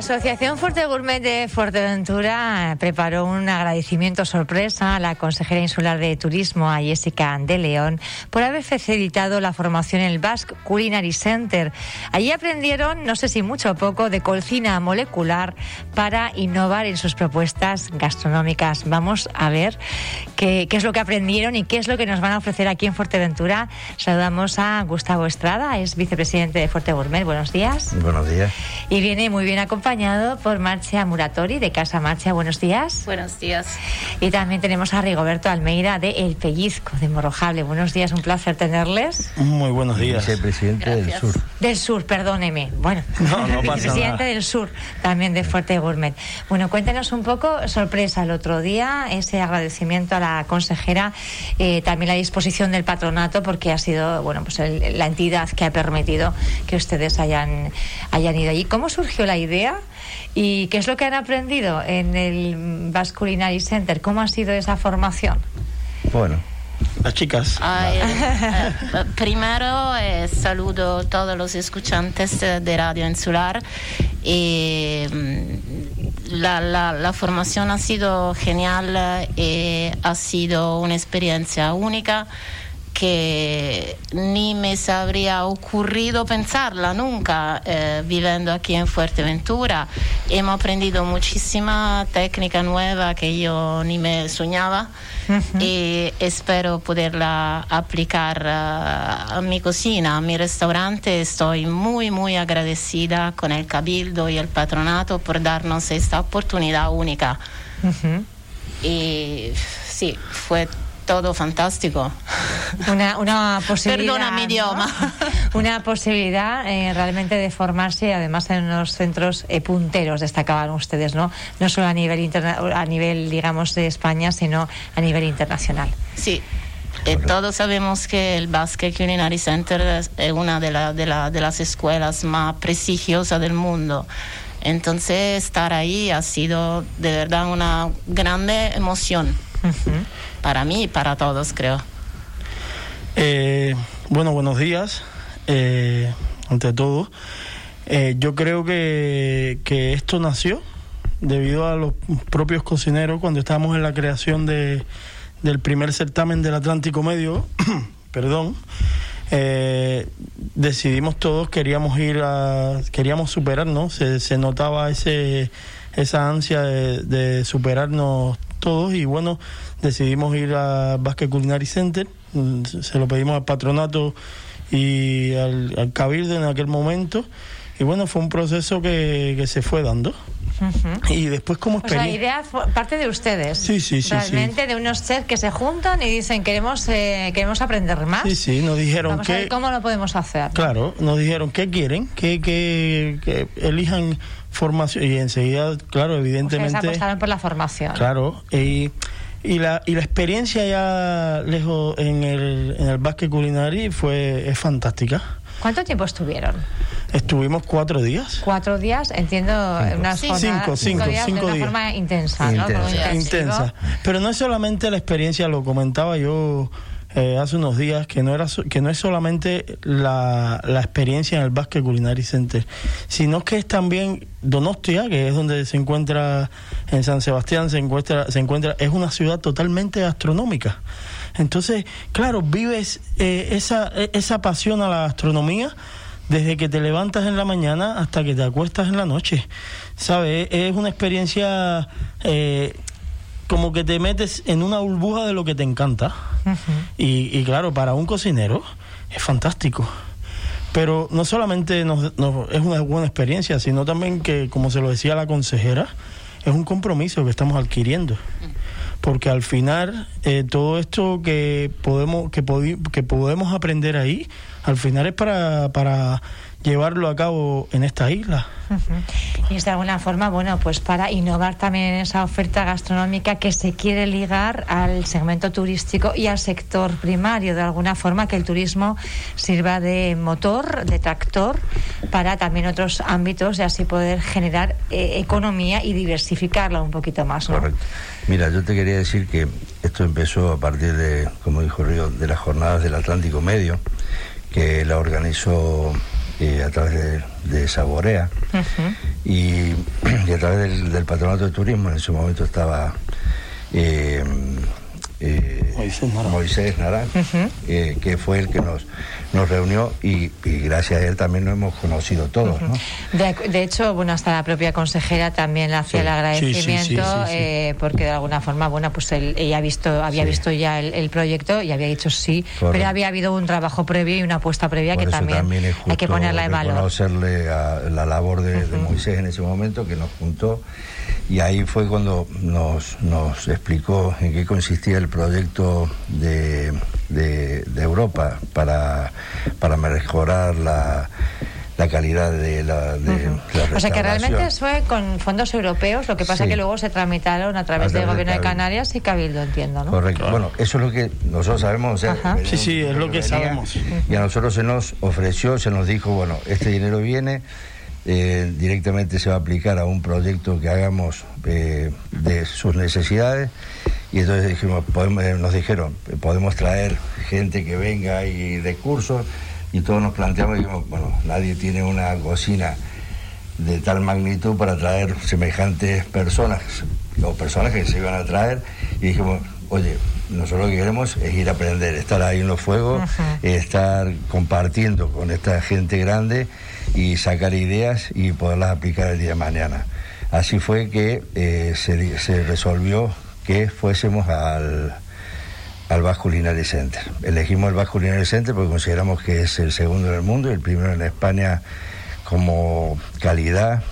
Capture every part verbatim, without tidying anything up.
Asociación Fuerte Gourmet de Fuerteventura preparó un agradecimiento sorpresa a la consejera insular de Turismo, a Jessica de León, por haber facilitado la formación en el Basque Culinary Center. Allí aprendieron, no sé si mucho o poco, de cocina molecular para innovar en sus propuestas gastronómicas. Vamos a ver qué, qué es lo que aprendieron y qué es lo que nos van a ofrecer aquí en Fuerteventura. Saludamos a Gustavo Estrada, es vicepresidente de Fuerte Gourmet. Buenos días. Buenos días. Y viene muy bien acompañado por Marcia Muratori, de Casa Marcia. Buenos días. Buenos días. Y también tenemos a Rigoberto Almeida, de El Pellizco, de Morrojable. Buenos días, un placer tenerles. Muy buenos días. Vicepresidente del Sur. Del Sur, perdóneme. Bueno, no, no pasa vicepresidente nada. del Sur, también de Fuerte Gourmet. Bueno, cuéntenos un poco, sorpresa el otro día, ese agradecimiento a la consejera, eh, también la disposición del patronato, porque ha sido, bueno, pues el, la entidad que ha permitido que ustedes hayan, hayan ido allí. ¿Cómo surgió la idea y qué es lo que han aprendido en el Basque Culinary Center? ¿Cómo ha sido esa formación? Bueno, las chicas. Ay, eh, primero eh, saludo a todos los escuchantes de Radio Insular. Y, la, la, la formación ha sido genial, eh, ha sido una experiencia única que ni me se habría ocurrido pensarla nunca, eh, viviendo aquí en Fuerteventura. Hemos aprendido muchísima técnica nueva que yo ni me soñaba. Uh-huh. Y espero poderla aplicar uh, a mi cocina, a mi restaurante. Estoy muy muy agradecida con el Cabildo y el patronato por darnos esta oportunidad única. Uh-huh. Y sí, fue todo fantástico. Una, una posibilidad. Perdona mi idioma. ¿No? Una posibilidad eh, realmente de formarse, además en unos centros eh, punteros, destacaban ustedes, ¿no? No solo a nivel interna- a nivel, digamos, de España, sino a nivel internacional. Sí. Eh, todos sabemos que el Basque Culinary Center es una de, la, de, la, de las escuelas más prestigiosas del mundo. Entonces, estar ahí ha sido de verdad una grande emoción. Uh-huh. Para mí y para todos, creo. Eh, bueno, buenos días. Eh, ante todo, eh, yo creo que, que esto nació debido a los propios cocineros cuando estábamos en la creación de, del primer certamen del Atlántico Medio. Perdón. Eh, decidimos todos, queríamos ir a, queríamos superarnos. Se, se notaba ese esa ansia de, de superarnos todos y bueno, decidimos ir a Basque Culinary Center. Se lo pedimos al patronato y al, al Cabildo en aquel momento y bueno, fue un proceso que, que se fue dando. Uh-huh. Y después como experiencia... Pues la idea fue parte de ustedes. Sí, sí, sí. Realmente sí. De unos chefs que se juntan y dicen queremos eh, queremos aprender más. Sí, sí, nos dijeron Vamos que... a ver cómo lo podemos hacer, ¿no? Claro, nos dijeron qué quieren, que, que, que elijan formación y enseguida, claro, evidentemente... Ustedes apostaron por la formación. Claro, y... Y la y la experiencia ya lejos en el en el Basque Culinary fue es fantástica. ¿Cuánto tiempo estuvieron? Estuvimos cuatro días. Cuatro días, entiendo, cinco. unas Sí, jornadas, cinco, cinco, días cinco de una días. forma intensa, Intensa, ¿no? Como intensa. Pero no es solamente la experiencia, lo comentaba yo eh, hace unos días, que no era so, que no es solamente la, la experiencia en el Basque Culinary Center, sino que es también Donostia, que es donde se encuentra en San Sebastián, se encuentra, se encuentra, es una ciudad totalmente gastronómica. Entonces, claro, vives eh, esa, esa pasión a la gastronomía desde que te levantas en la mañana hasta que te acuestas en la noche, ¿sabes? Es una experiencia eh, como que te metes en una burbuja de lo que te encanta. Uh-huh. y, y claro, para un cocinero es fantástico. Pero no solamente nos, nos, es una buena experiencia, sino también que, como se lo decía la consejera, es un compromiso que estamos adquiriendo. Porque al final, eh, todo esto que podemos que, podi- que podemos aprender ahí, al final es para, para llevarlo a cabo en esta isla. Uh-huh. Y es de alguna forma, bueno, pues para innovar también en esa oferta gastronómica que se quiere ligar al segmento turístico y al sector primario, de alguna forma que el turismo sirva de motor, de tractor para también otros ámbitos y así poder generar eh, economía y diversificarla un poquito más, ¿no? Correcto. Mira, yo te quería decir que esto empezó a partir de, como dijo Río, de las jornadas del Atlántico Medio, que la organizó eh, a través de, de Saborea, uh-huh. y, y a través del, del Patronato de Turismo. En ese momento estaba eh, eh, Moisés Narán, Moisés Narán uh-huh. eh, que fue el que nos, nos reunió, y, y gracias a él también nos hemos conocido todos, uh-huh. ¿no? De, de hecho, bueno, hasta la propia consejera también le hacía sí. el agradecimiento, sí, sí, sí, sí, sí. Eh, porque de alguna forma, bueno, pues él, ella ha visto, había sí. visto ya el, el proyecto y había dicho sí, Correcto. Pero había habido un trabajo previo y una apuesta previa Por que también, también hay que ponerla en valor. Conocerle a la labor de, uh-huh. de Moisés en ese momento, que nos juntó, y ahí fue cuando nos, nos explicó en qué consistía el proyecto de, de, de Europa para, para mejorar la, la calidad de la, de uh-huh. la restauración. O sea que realmente fue con fondos europeos, lo que pasa sí. que luego se tramitaron a través, a través del Gobierno de, de Canarias y Cabildo, entiendo, ¿no? Correcto. Claro. Bueno, eso es lo que nosotros sabemos. O sea, sí, sí, es lo que venía, sabemos. Y a nosotros se nos ofreció, se nos dijo, bueno, este dinero viene... Eh, directamente se va a aplicar a un proyecto que hagamos eh, de sus necesidades, y entonces dijimos, podemos, nos dijeron, podemos traer gente que venga y de cursos, y todos nos planteamos y dijimos, bueno, nadie tiene una cocina de tal magnitud para traer semejantes personas o personas que se iban a traer, y dijimos, oye, nosotros lo que queremos es ir a aprender, estar ahí en los fuegos, uh-huh. estar compartiendo con esta gente grande y sacar ideas y poderlas aplicar el día de mañana. Así fue que eh, se, se resolvió que fuésemos al, al Basque Culinary Center. Elegimos el Basque Culinary Center porque consideramos que es el segundo en el mundo y el primero en España como calidad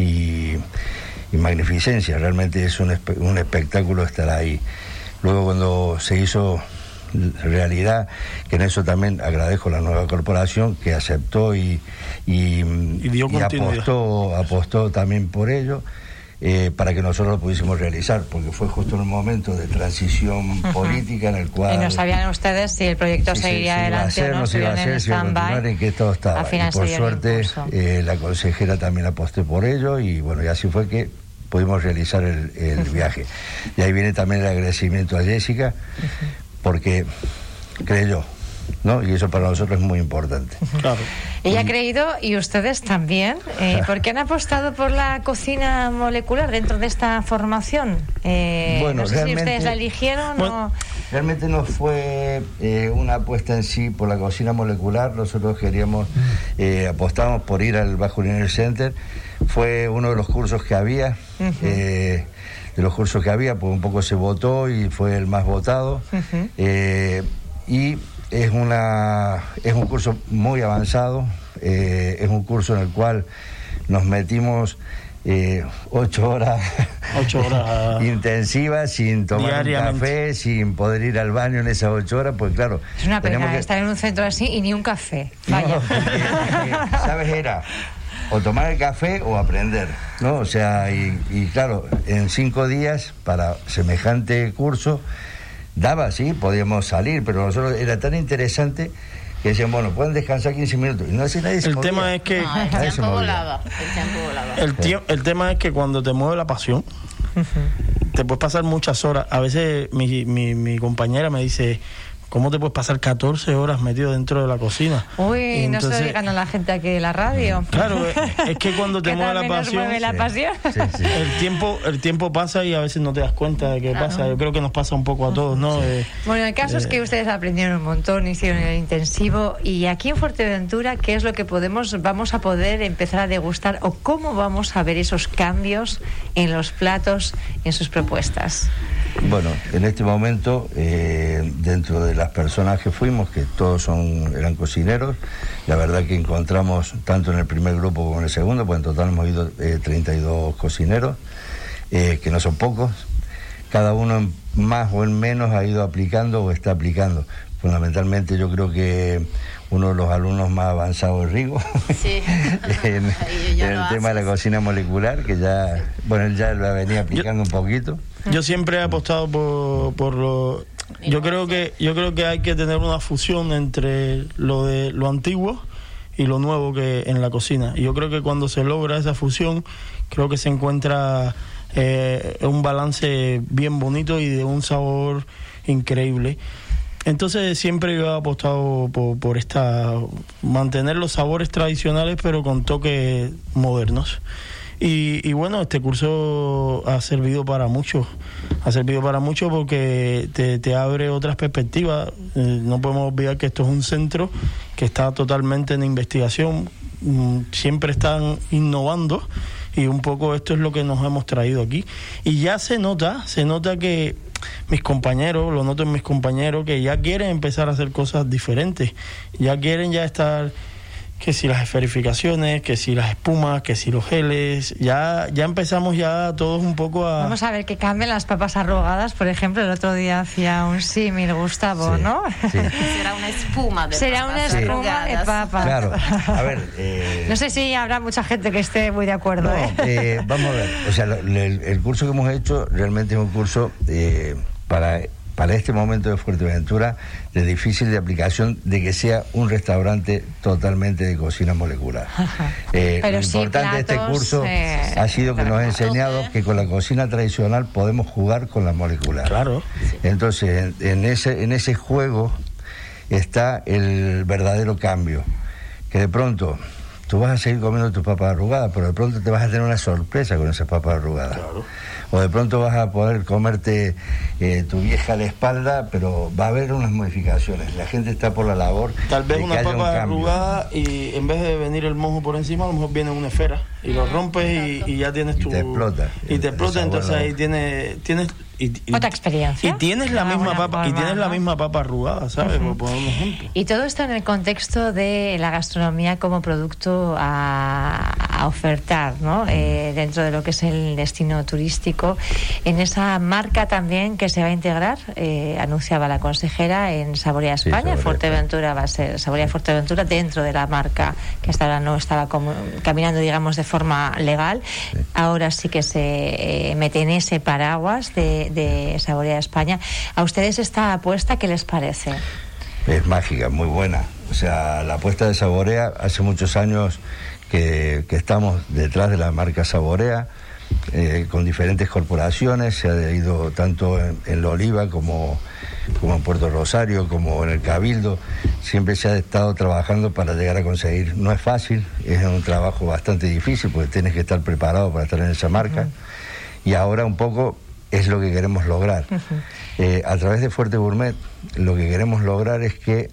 y, y magnificencia. Realmente es un, un espectáculo estar ahí. Luego, cuando se hizo realidad, que en eso también agradezco a la nueva corporación que aceptó y, y, y, dio y apostó, apostó también por ello, eh, para que nosotros lo pudiésemos realizar, porque fue justo en un momento de transición uh-huh. política en el cual... Y no sabían ustedes si el proyecto si seguiría si adelante hacer, o no, si iba a hacer, si iba a continuar, en qué estado estaba. Al final y por suerte eh, la consejera también apostó por ello, y bueno, y así fue que pudimos realizar el, el uh-huh. viaje. Y ahí viene también el agradecimiento a Jessica, uh-huh. porque creyó, ¿no? Y eso para nosotros es muy importante. Claro. Ella ha creído, y ustedes también, eh, ¿por qué han apostado por la cocina molecular dentro de esta formación? Eh, bueno, no sé si ustedes la eligieron bueno, o... Realmente no fue eh, una apuesta en sí por la cocina molecular. Nosotros queríamos, eh, apostamos por ir al Basque Culinary Center. Fue uno de los cursos que había, uh-huh. eh, de los cursos que había, pues un poco se votó y fue el más votado. Uh-huh. eh, y es una es un curso muy avanzado, eh, es un curso en el cual nos metimos eh, ocho horas, ocho horas intensivas, sin tomar un café, sin poder ir al baño en esas ocho horas, pues claro. Es una pena que... estar en un centro así y ni un café. Vaya. No, porque, porque, ¿sabes? Era o tomar el café o aprender, ¿no? O sea, y, y claro, en cinco días para semejante curso daba, sí, podíamos salir, pero nosotros era tan interesante que decían, bueno, pueden descansar quince minutos, y no hace nadie se el movía. tema es que no, el nadie tiempo volaba, el tiempo volaba. El, tío, el tema es que cuando te mueve la pasión, uh-huh. te puedes pasar muchas horas. A veces mi, mi, mi compañera me dice, ¿cómo te puedes pasar catorce horas metido dentro de la cocina? Uy, entonces, no se lo digan a la gente aquí de la radio. Claro, es que cuando te mueve la pasión, mueve la pasión. Sí, sí. El tiempo el tiempo pasa y a veces no te das cuenta de qué claro. pasa. Yo creo que nos pasa un poco a todos, ¿no? Sí. Eh, bueno, el caso eh, es que ustedes aprendieron un montón, hicieron el intensivo, y aquí en Fuerteventura, ¿qué es lo que podemos vamos a poder empezar a degustar, o cómo vamos a ver esos cambios en los platos, en sus propuestas? Bueno, en este momento, eh, dentro de las personas que fuimos, que todos son eran cocineros, la verdad que encontramos, tanto en el primer grupo como en el segundo, pues en total hemos ido eh, treinta y dos cocineros, eh, que no son pocos. Cada uno en más o en menos ha ido aplicando o está aplicando. Fundamentalmente yo creo que uno de los alumnos más avanzados es Rigo, sí. en, en el tema de la cocina molecular, que ya, sí. bueno, él ya lo venía aplicando yo, un poquito. Yo siempre he apostado por, por lo... Yo creo que yo creo que hay que tener una fusión entre lo de lo antiguo y lo nuevo que en la cocina. Y yo creo que cuando se logra esa fusión, creo que se encuentra eh, un balance bien bonito y de un sabor increíble. entonces siempre yo he apostado por, por esta mantener los sabores tradicionales pero con toques modernos. Y, y bueno, este curso ha servido para mucho, ha servido para mucho porque te, te abre otras perspectivas. Eh, no podemos olvidar que esto es un centro que está totalmente en investigación, mm, siempre están innovando y un poco esto es lo que nos hemos traído aquí. Y ya se nota, se nota que mis compañeros, lo noto en mis compañeros, que ya quieren empezar a hacer cosas diferentes, ya quieren ya estar... que si las esferificaciones, que si las espumas, que si los geles, ya ya empezamos ya todos un poco a... Vamos a ver que cambien las papas arrugadas, por ejemplo, el otro día hacía un símil Gustavo, sí, ¿no? Sí. Será una espuma de Será papas una espuma arrugadas. de papas. Claro, a ver... Eh... No sé si habrá mucha gente que esté muy de acuerdo. No, ¿eh? eh, vamos a ver, o sea, lo, el, el curso que hemos hecho realmente es un curso eh, para... para este momento de Fuerteventura, de difícil de aplicación, de que sea un restaurante totalmente de cocina molecular. Eh, Pero lo sí, importante de este platos, curso eh, ha sido que nos ha platos, enseñado eh. que con la cocina tradicional podemos jugar con la molecular. Claro. Entonces, en, en ese en ese juego está el verdadero cambio, que de pronto tú vas a seguir comiendo tus papas arrugadas, pero de pronto te vas a tener una sorpresa con esas papas arrugadas. Claro. O de pronto vas a poder comerte eh, tu vieja a la espalda, pero va a haber unas modificaciones. La gente está por la labor. Tal vez de una que haya un papa cambio. arrugada y en vez de venir el mojo por encima, a lo mejor viene una esfera y lo rompes y, y ya tienes Y tu... te explota. Y te El explota, sabor entonces en la ahí boca. tienes... tienes y, y- Otra experiencia. Y tienes la De misma alguna papa, y forma, tienes la ¿no? misma papa arrugada, ¿sabes? Por poner un ejemplo. Y todo esto en el contexto de la gastronomía como producto a, a ofertar, ¿no? Eh, dentro de lo que es el destino turístico. En esa marca también que se va a integrar, eh, anunciaba la consejera, en Saborea Sí, España. Saborea Fuerteventura va a ser Saborea Fuerteventura dentro de la marca que hasta ahora no estaba como, caminando, digamos, de forma legal. Sí. Ahora sí que se eh, mete en ese paraguas de, de Saborea España. ¿A ustedes esta apuesta qué les parece? Es mágica, muy buena. O sea, la apuesta de Saborea, hace muchos años que, que estamos detrás de la marca Saborea, eh, con diferentes corporaciones, se ha ido tanto en, en La Oliva como, como en Puerto Rosario, como en el Cabildo, siempre se ha estado trabajando para llegar a conseguir. No es fácil, es un trabajo bastante difícil porque tienes que estar preparado para estar en esa marca. Uh-huh. Y ahora un poco es lo que queremos lograr. Uh-huh. Eh, a través de Fuerte Gourmet, lo que queremos lograr es que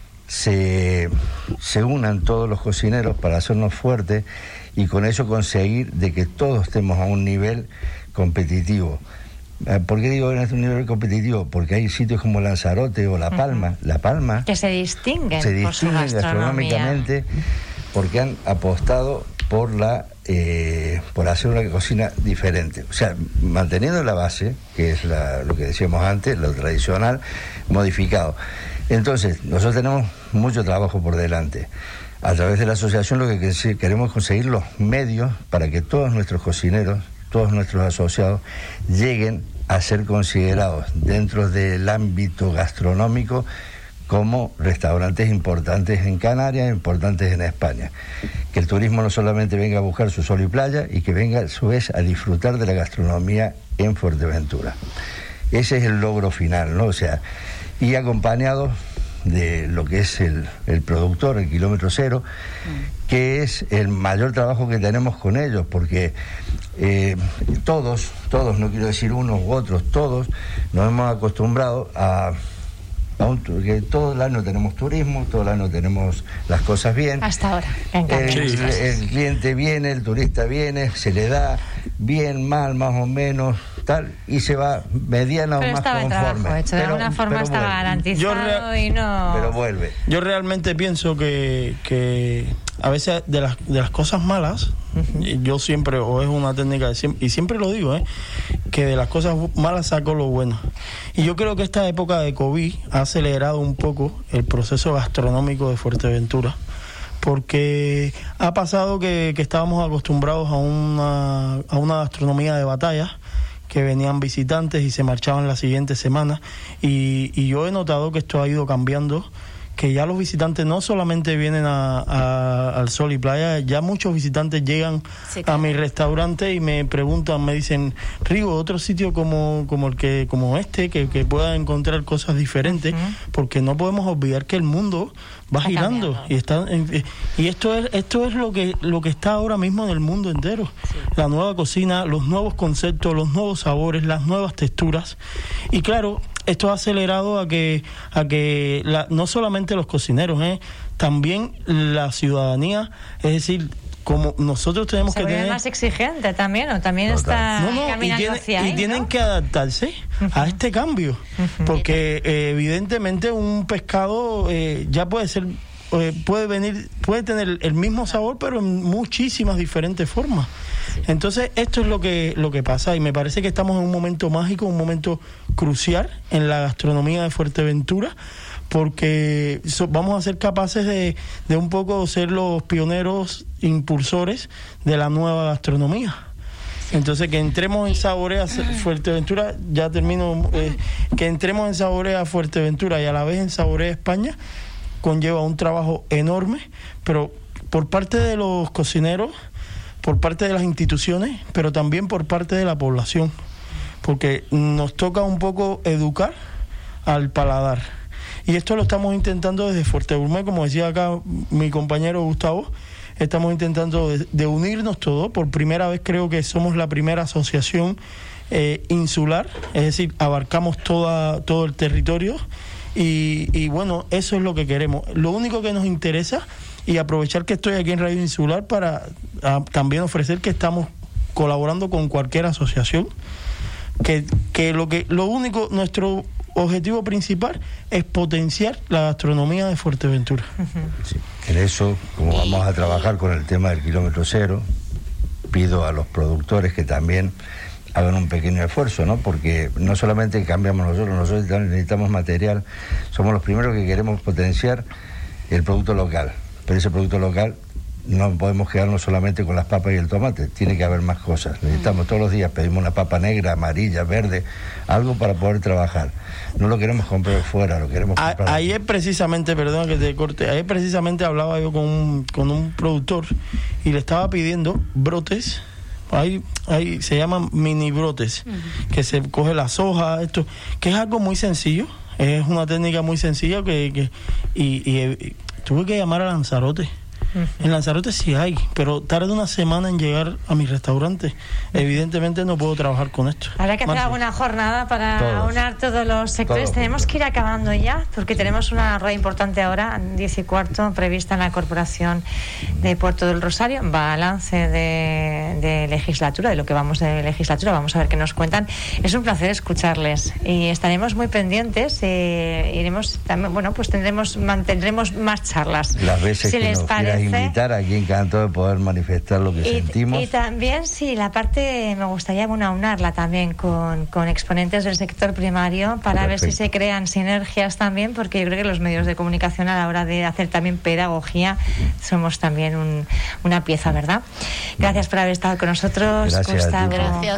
se, se unan todos los cocineros para hacernos fuertes y con eso conseguir de que todos estemos a un nivel competitivo. ¿Por qué digo en este nivel competitivo? Porque hay sitios como Lanzarote o La Palma, uh-huh. La Palma que se distinguen, se por su distinguen gastronómicamente porque han apostado por la eh, por hacer una cocina diferente, o sea, manteniendo la base, que es la, lo que decíamos antes, lo tradicional, modificado. Entonces, nosotros tenemos mucho trabajo por delante. A través de la asociación lo que queremos es conseguir los medios para que todos nuestros cocineros, todos nuestros asociados, lleguen a ser considerados dentro del ámbito gastronómico como restaurantes importantes en Canarias, importantes en España. Que el turismo no solamente venga a buscar su sol y playa, y que venga a su vez a disfrutar de la gastronomía en Fuerteventura. Ese es el logro final, ¿no? O sea, y acompañado de lo que es el, el productor, el kilómetro cero, mm. que es el mayor trabajo que tenemos con ellos, porque eh, todos, todos, no quiero decir unos u otros, todos nos hemos acostumbrado a... que todo el año tenemos turismo, todo el año tenemos las cosas bien. Hasta ahora. El, el, el cliente viene, el turista viene, se le da bien, mal, más o menos, tal, y se va mediano pero más estaba conforme. El trabajo hecho, de pero, alguna forma estaba vuelve. garantizado re- y no... Pero vuelve. Yo realmente pienso que, que a veces de las, de las cosas malas, uh-huh. yo siempre, o es una técnica, de siempre, y siempre lo digo, ¿eh? que de las cosas malas saco lo bueno. Y yo creo que esta época de COVID ha acelerado un poco el proceso gastronómico de Fuerteventura, porque ha pasado que, que estábamos acostumbrados a una, a una gastronomía de batalla, que venían visitantes y se marchaban la siguiente semana, y, y yo he notado que esto ha ido cambiando, que ya los visitantes no solamente vienen a, a, al Sol y Playa, ya muchos visitantes llegan sí, claro. a mi restaurante y me preguntan, me dicen, Rigo, otro sitio como como el que como este, que, que pueda encontrar cosas diferentes, uh-huh. porque no podemos olvidar que el mundo va está girando cambiando. y está y esto es esto es lo que lo que está ahora mismo en el mundo entero. Sí. La nueva cocina, los nuevos conceptos, los nuevos sabores, las nuevas texturas. Y claro, esto ha acelerado a que a que la, no solamente los cocineros, eh, también la ciudadanía, es decir, como nosotros tenemos se que tener más exigente también, o también Total. está no, no, caminando y tiene, hacia ahí, y tienen ¿no? que adaptarse uh-huh. a este cambio, uh-huh. porque eh, evidentemente un pescado eh, ya puede ser eh, puede venir puede tener el mismo sabor, pero en muchísimas diferentes formas. Sí. Entonces esto es lo que lo que pasa, y me parece que estamos en un momento mágico, un momento crucial en la gastronomía de Fuerteventura, porque so, vamos a ser capaces de, de un poco ser los pioneros impulsores de la nueva gastronomía. Entonces, que entremos en Saborea Fuerteventura, ya termino, eh, que entremos en Saborea Fuerteventura y a la vez en Saborea España, conlleva un trabajo enorme, pero por parte de los cocineros, por parte de las instituciones, pero también por parte de la población, porque nos toca un poco educar al paladar. Y esto lo estamos intentando desde Fuertegourmet, como decía acá mi compañero Gustavo, estamos intentando de, de unirnos todos. Por primera vez creo que somos la primera asociación eh, insular, es decir, abarcamos toda, todo el territorio y, y bueno, eso es lo que queremos. Lo único que nos interesa, y aprovechar que estoy aquí en Radio Insular para a, también ofrecer que estamos colaborando con cualquier asociación, que, que lo que lo único, nuestro objetivo principal es potenciar la gastronomía de Fuerteventura. Sí, en eso, como vamos a trabajar con el tema del kilómetro cero, pido a los productores que también hagan un pequeño esfuerzo, ¿no? Porque no solamente cambiamos nosotros, nosotros necesitamos material, somos los primeros que queremos potenciar el producto local, pero ese producto local no podemos quedarnos solamente con las papas y el tomate, tiene que haber más cosas. Necesitamos todos los días, pedimos una papa negra, amarilla, verde, algo para poder trabajar. No lo queremos comprar fuera, lo queremos comprar. A, ayer precisamente, perdón que te corte, ayer precisamente hablaba yo con un, con un productor y le estaba pidiendo brotes. Ahí, ahí se llaman mini brotes, uh-huh. que se coge las hojas, esto, que es algo muy sencillo, es una técnica muy sencilla que, que y, y, y tuve que llamar a Lanzarote. Uh-huh. En Lanzarote sí hay, pero tarda una semana en llegar a mi restaurante. Uh-huh. Evidentemente no puedo trabajar con esto. Habrá que hacer Marcia. alguna jornada para todos. aunar todos los sectores. Todos. Tenemos que ir acabando ya, porque tenemos una rueda importante ahora, diez y cuarto, prevista en la Corporación de Puerto del Rosario. Balance de, de legislatura, de lo que vamos de legislatura. Vamos a ver qué nos cuentan. Es un placer escucharles y estaremos muy pendientes. Eh, iremos también, bueno, pues tendremos, mantendremos más charlas. Las veces si que les nos parece. Invitar aquí encantado de poder manifestar lo que y, sentimos. Y también, sí, la parte me gustaría bueno, aunarla también con, con exponentes del sector primario para Perfecto. ver si se crean sinergias también, porque yo creo que los medios de comunicación a la hora de hacer también pedagogía somos también un, una pieza, ¿verdad? Gracias por haber estado con nosotros, Gracias Gustavo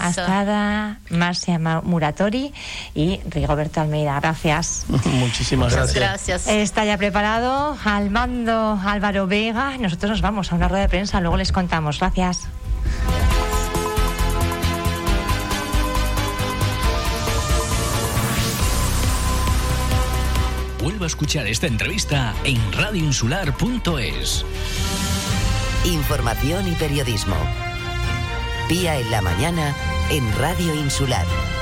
Astada, Marcia Muratori y Rigoberto Almeida. Gracias. Muchísimas gracias. gracias. Está ya preparado al mando Álvaro Vega. Nosotros nos vamos a una rueda de prensa, luego les contamos. Gracias. Vuelva a escuchar esta entrevista en radio insular punto es. Información y periodismo. Pía en la mañana en Radio Insular.